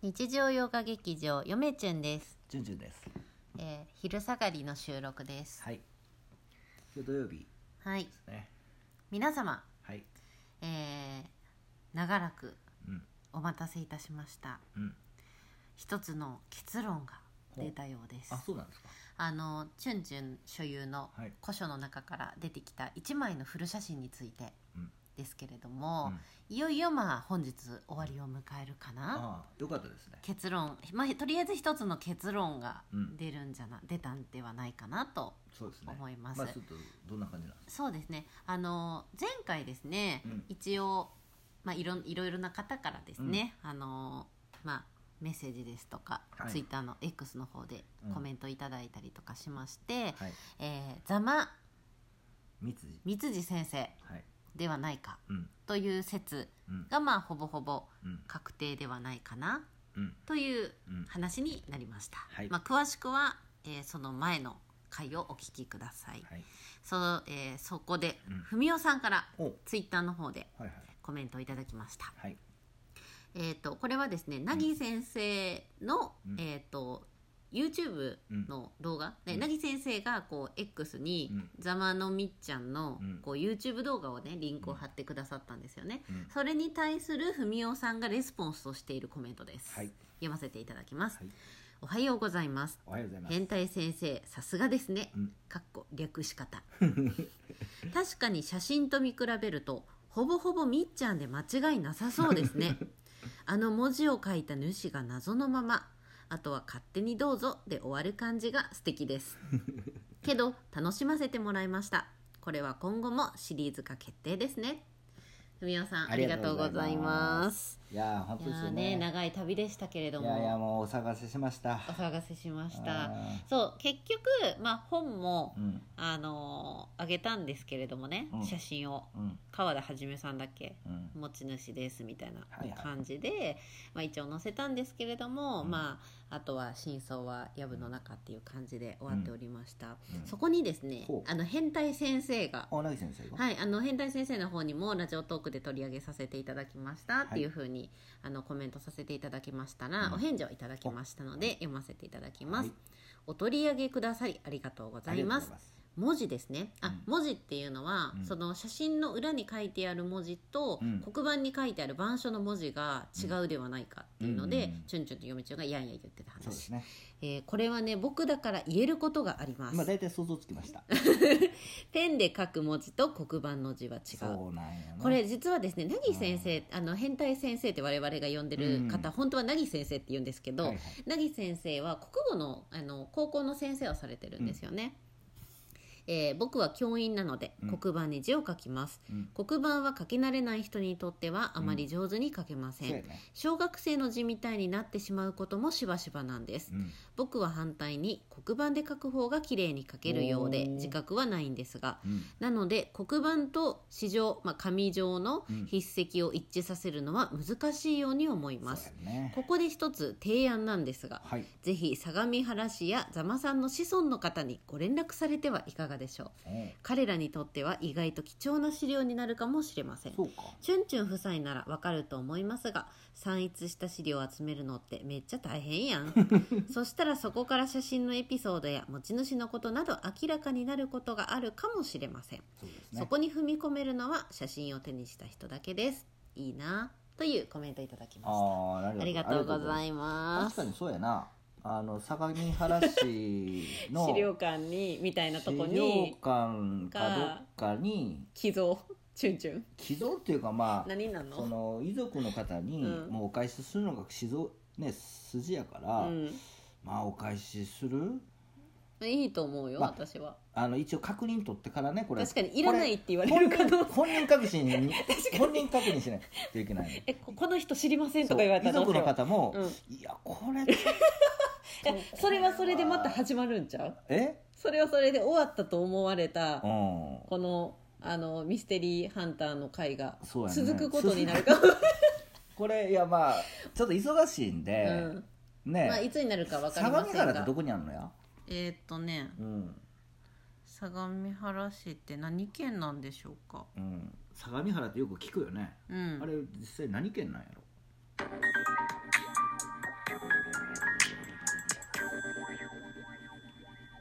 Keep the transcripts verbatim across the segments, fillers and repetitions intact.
日常洋画劇場よめちゅんです。 じゅんじゅんです。 えー、昼下がりの収録です。 はい。今日土曜日はいですね。 皆様、 はい。 えー、長らくうんお待たせいたしました。 うん。 一つの結論が出たようです。 あ、そうなんですか。 あのチュンチュン所有のはい古書の中から出てきたいちまいのフル写真についてうんですけれども、 うんいよいよまあ本日終わりを迎えるかな。 ああ、よかったですね。 結論、まあ、とりあえず一つの結論がうん出るんじゃな、出たんではないかなとそうですね。 思います。 まあちょっとどんな感じなんですか。 そうですね、あの前回ですね、 うん一応、まあ、いろいろいろな方からですね、あのまあ、メッセージですとか、 はいツイッターの X の方でコメントいただいたりとかしまして、 はい。 えー、ざま三辻。 三辻先生はい。 ではないかうんという説うんが、まあ、ほぼほぼうん確定ではないかなうんといううん話になりました。 はいまあ、詳しくは、えーその前の回をお聞きください。 はい。 そ, えーそこで、 うんふみおさんからおツイッターの方ではいはいコメントをいただきました。 はいえー、とこれはですね、なぎ先生の、 うんえー、と YouTube の動画、 うんね、なぎ先生がこう X に、 うんざまのみっちゃんの、 うんこう YouTube 動画をねリンクを貼ってくださったんですよね。 うんそれに対するふみおさんがレスポンスをしているコメントです。 はい読ませていただきます。 はい。 おはようございます。 おはようございます。 変態先生さすがですね、 うんかっこ略し方確かに写真と見比べるとほぼほぼみっちゃんで間違いなさそうですねあの文字を書いた主が謎のまま、あとは勝手にどうぞで終わる感じが素敵ですけど楽しませてもらいました。これは今後もシリーズ化決定ですね。ふみおさんありがとうございます。 いやー本当いやーですよね。 ね、長い旅でしたけれども、 いやいやもうお探せしました。 お騒がせしましたあ。 そう結局、まあ、本も、 うんあのーあげたんですけれどもね、 うん写真をうん川田はじめさんだっけ、 うん持ち主ですみたいなはいはい感じで、まあ、一応載せたんですけれども、 うんまあ、あとは真相は藪の中っていう感じで終わっておりました。 うんそこにですね、 ほうあの変態先生が、 あ、なぎ先生が。 はい、あの変態先生の方にもラジオトークで取り上げさせていただきましたっていうふうに、あのコメントさせていただきましたら、 うんお返事をいただきましたので読ませていただきます。 はいお取り上げくださりありがとうございます。文字ですね。あ、 うん文字っていうのは、 うんその写真の裏に書いてある文字と、 うん黒板に書いてある板書の文字が違うではないかっていうので、 うんうんうんチュンチュンと嫁ちゃんがやんや言ってた話。 そうですね。 えーこれはね僕だから言えることがあります今。大体想像つきました。 ペンで書く文字と黒板の字は違う。 そうなんやね。 これ実はですね、なぎ先生、あの変態先生って我々が呼んでる方、 うん本当はなぎ先生って言うんですけど、 はいはいなぎ先生は国語の、あの高校の先生をされてるんですよね。えー僕は教員なのでうん黒板に字を書きます。 うん黒板は書き慣れない人にとってはあまり上手に書けません。 そうやね。 小学生の字みたいになってしまうこともしばしばなんです。 うん僕は反対に黒板で書く方が綺麗に書けるようでおー自覚はないんですが、 うんなので黒板と紙状、まあ、紙状の筆跡を一致させるのは難しいように思います。 そうやね。 ここで一つ提案なんですが、 はい。 ぜひ相模原市や座間さんの子孫の方にご連絡されてはいかがでしょう。 おう彼らにとっては意外と貴重な資料になるかもしれません。 そうか。 チュンチュン夫妻ならわかると思いますが、散逸した資料を集めるのってめっちゃ大変やんそしたらそこから写真のエピソードや持ち主のことなど明らかになることがあるかもしれません。 そうですね。 そこに踏み込めるのは写真を手にした人だけです。いいなというコメントいただきました。 ああ、なるほど。 ありがとうございます確か。にそうやな。あの相模原市の資料館にみたいなとこ資料に館かどっかに寄贈チュンチュン寄贈っていうかまあ何なの？ その遺族の方にうんもうお返しするのが寄贈ね筋やから、 うん、 まあお返しするいいと思うよ、 まあ私は。 あの一応確認取ってからねこれ確かにいらないって言われるかどうか本人確信に本人確認しないといけないの。 えここの人知りませんとか言われたらそう遺どうしよう。 族の方も、 ういやこれえそれはそれでまた始まるんちゃう？ えそれはそれで終わったと思われたうんこのあのミステリーハンターの回がそうやね続くことになるかも、 これいやまあちょっと忙しいんで、 うんね、 まあ、いつになるか分かり相模ませんが、 原ってどこにあるのや、 えー、っとねうん相模原市って何県なんでしょうか？ うん、相模原ってよく聞くよね、 うんあれ実際何県なんやろ。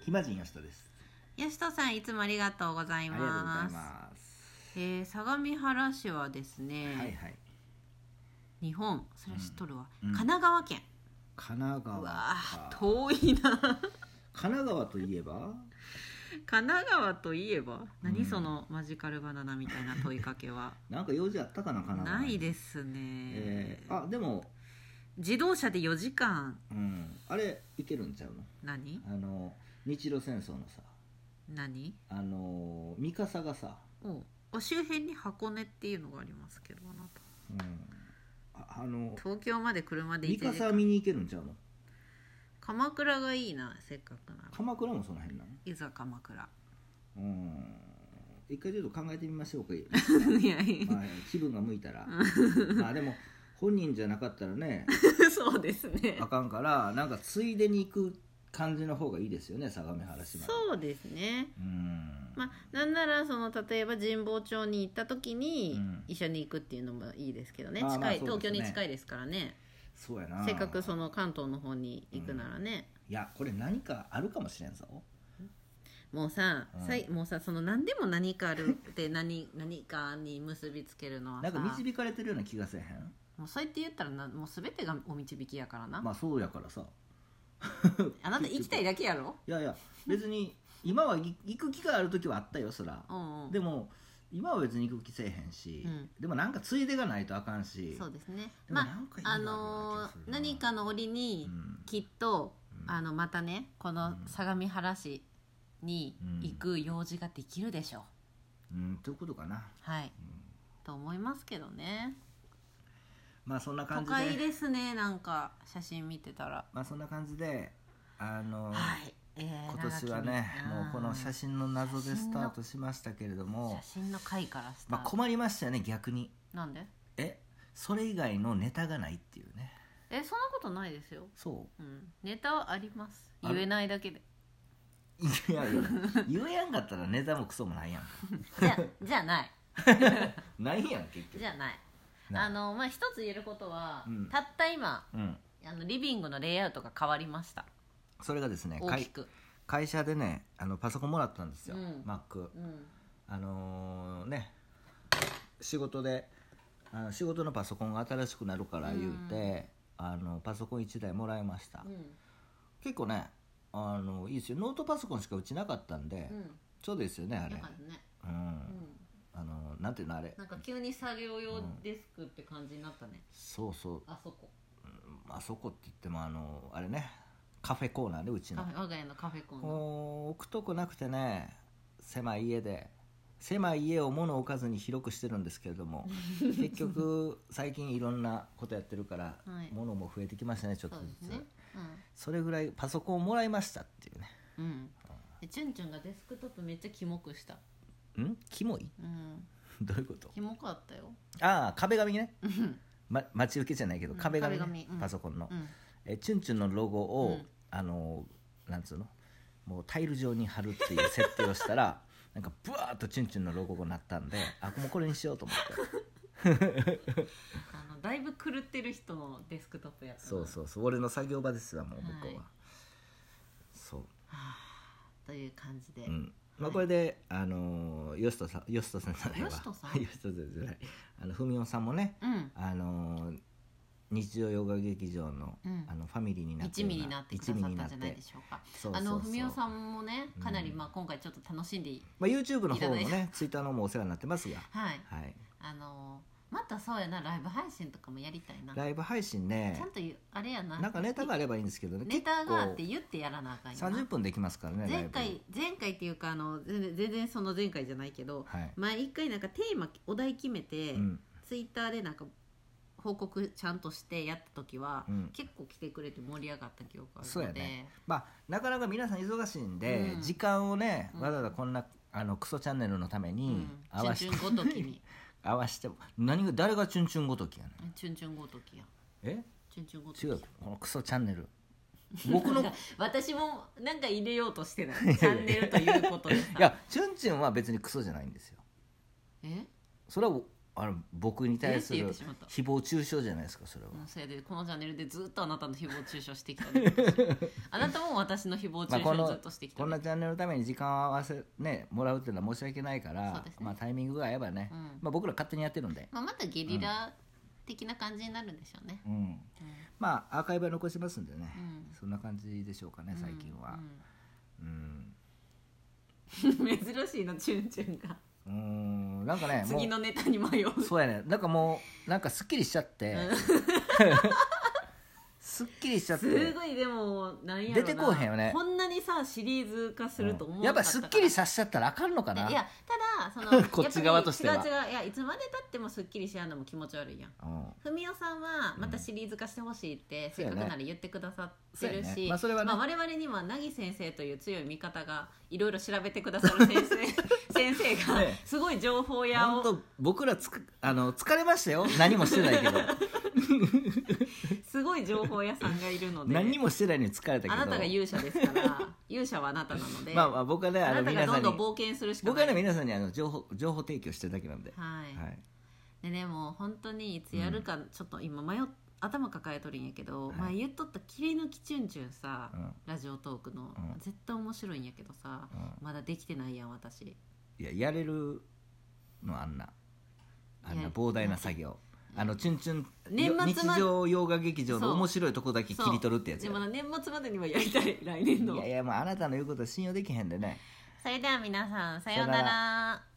暇人よしとです。 よしとさんいつもありがとうございありがとうございます。 ます。 えー、相模原市はですね、 はいはい。 日本それ知っとるわ、 うんうん神奈川県。 神奈川うわか。 ー遠いな神奈川といえば神奈川といえば何、 うんそのマジカルバナナみたいな問いかけは。 なんか用事あったかな、神奈川に。 ないですね、 えー、あでも、 自動車でよじかん。 うん、あれいけるんちゃうの。 何あの日露戦争のさ、 何あの三笠がさ、 おお周辺に箱根っていうのがありますけど、あなたうん、ああの東京まで車で三いちじかん。 笠見に行けるんちゃうの。 鎌倉がいいな、せっかくなら。 鎌倉もその辺なの。 いざ鎌倉うん一回ちょっと考えてみましょうか。 いやいまあ、気分が向いたらまあでも本人じゃなかったらねやそうですね。 あかんから、なんかついでに行く感じの方がいいですよね、相模原市まで。 そうですね。 うんまあ、なんならその例えば神保町に行った時にうん一緒に行くっていうのもいいですけどね、 あー近い、 まあそうですね東京に近いですからね。 そうやな。 せっかくその関東の方に行くならね、 いやこれ何かあるかもしれんぞ。 もうさ、 うんさいもうさその何でも何かあるって何何かに結びつけるのはさ、 なんか導かれてるような気がせえへん。 もうそうやって言ったらな、もう全てがお導きやからな、 まあそうやからさあなた行きたいだけやろ。 いやいや別に今は行く気がある時はあったよ、そら。 うんうん、 でも今は別に行く気せえへんし、 うんでもなんかついでがないとあかんし。 そうですね。 でもまなんか意味ああがあるようなの気がするなー何かの折にうんきっと、 うんあのまたねこの相模原市に行く用事ができるでしょう、 うんということかな。 はい、と思いますけどね。 まあそんな都感じで会ですね、なんか写真見てたら。 まあそんな感じであの、 はい、えー今年はね長きにもうこの写真の謎で写真のスタートしましたけれども、 写真の回からスタまあ、 ート、 困りましたよね逆に。 なんでえそれ以外のネタがないっていうね。 えそんなことないですよ、 そうん、ネタはあります、 ある言えないだけで。 ういやいや言えやんかったらネタもクソもないやんかじゃあじゃあないないやん結局。 じゃあないなあのまあ一つ言えることは、 うんたった今うんあのリビングのレイアウトが変わりました、 それがですね大きく。 会社でねあのパソコンもらったんですよ、 うん Mac。 うんあのーね仕事であの仕事のパソコンが新しくなるから言うて、あのパソコンいちだいもらいました、 うん結構ねあのいいですよ。ノートパソコンしかうちなかったんで、 うんちょうどいいですよねあれ。 よかったね、 うん、 うん、 あのなんていうのあれ。 なんか急に作業用デスクって感じになったね、 そうそう、 あそこあそこって言ってもあのあれねカフェコーナーでうちのカフェ我が家のカフェコンの。 こう置くとこなくてね、狭い家で狭い家を物を置かずに広くしてるんですけれども結局最近いろんなことやってるから、 はい物も増えてきましたねちょっとずつ。 そうですね、 それぐらいパソコンをもらいましたっていうね。 うんうんでチュンチュンがデスクトップめっちゃキモくした、 んキモいうん、 どういうこと。 キモかったよ、 ああ壁紙ね、 うんま、待ち受けじゃないけどうん壁紙,、ね壁紙うんパソコンの、 うんえチュンチュンのロゴを、 うんあのなんつうのもうタイル状に貼るっていう設定をしたらなんかブワーッとチュンチュンのロゴがなったんで、あもうこれにしようと思ってあのだいぶ狂ってる人のデスクトップやったな。 そうそうそう俺の作業場ですわもう向こうは、 はいそう、 はあという感じで、 うんまあ、これで、あのヨシトさんヨシトさんじゃないわヨシトさんヨシトさんじゃないあのふみおさんもね、 うんあの日常洋画劇場の,、 うんあのファミリーになって一味になってくださったんじゃないでしょうか。 そうそうそうあの文雄さんもねかなり、 うんまあ、今回ちょっと楽しんでいまあ、YouTube の方のいただいねツイッターのもお世話になってますが、 はいはい、 あのまたそうやなライブ配信とかもやりたいな。 ライブ配信ねちゃんと言うあれやななんかネタがあればいいんですけどねネタがあって結言ってやらなあかんよ構さんじゅっぷんできますからね前ライ回前回っていうかあの全然全然その前回じゃないけど、 ブはい、 前一回なんかテーマお題決めて、 うんツイッターでなんか報告ちゃんとしてやった時は、 うん結構来てくれて盛り上がった記憶があるので、 そうやねまあなかなか皆さん忙しいんで、 うん時間をねうんわざわざこんなあのクソチャンネルのためうにん、 合わせて、 チュンチュンごときに合わしても何が誰がチュンチュンごときやねんチュンチュンごときやえチュンチュンごとき違うこのクソチャンネル僕のい私もなんか入れようとしてないチャンネルということでさやチュンチュンは別にクソじゃないんですよ。 えそれはあの僕に対すえって言っるてしまった誹謗中傷じゃないですかそれは。 うんそれでこのチャンネルでずっとあなたの誹謗中傷してきたねあなたも私の誹謗中まあ、こ傷をのずっとしてきた、 こんなチャンネルのために時間を合わせ、ね、もらうっていうのは申し訳ないから、 そうですねまあ、タイミングが合えばね、 うんまあ、僕ら勝手にやってるんで、 まあ、またゲリラ的な感じになるんでしょうね、 うんまあアーカイブは残しますんでね、 うんそんな感じでしょうかね最近は。うんうん珍しいのチュンチュンがうーんなんかね次のネタに迷うもうそうやねなんかもうなんかすっきりしちゃってすっきりしちゃってすごいでもなんやろな出てこうへんよねこんなにさシリーズ化すると思うんやっぱすっきりささせちゃったらあかんのかな。 いやただそのこっち側としてはやっぱり違う違ういやいつまでたってもすっきりしやんのも気持ち悪いやん。 うんふみおさんはまたシリーズ化してほしいって、せっかくなら言ってくださってるそうやし、 ねまあそれはねまあ、我々には凪先生という強い味方がいろいろ調べてくださる先生先生がねすごい情報屋を本当僕らつくあの疲れましたよ何もしてないけどすごい情報屋さんがいるので何もしてないのに疲れたけどあなたが勇者ですから勇者はあなたなので、 まあまあ僕はねああなたがの皆さんにどんどん冒険するしかない。 僕はね皆さんにあの情報情報提供してるだけなんで、 はい、 はい、 ででも本当にいつやるかちょっと今迷っ頭抱えとるんやけど、 はい前言っとった切り抜きチュンチュンさ、 うんラジオトークの、 うん絶対面白いんやけどさ、 うんまだできてないやん私。 いややれるのあんなあんいやな膨大な作業あのチュンチュン年末まで日常洋画劇場そうの面白いとこだけ切り取るってやつやでもな年末までにはやりたい来年の。 いやいやもうあなたの言うことは信用できへんでね。 それでは皆さんさようなさようなら。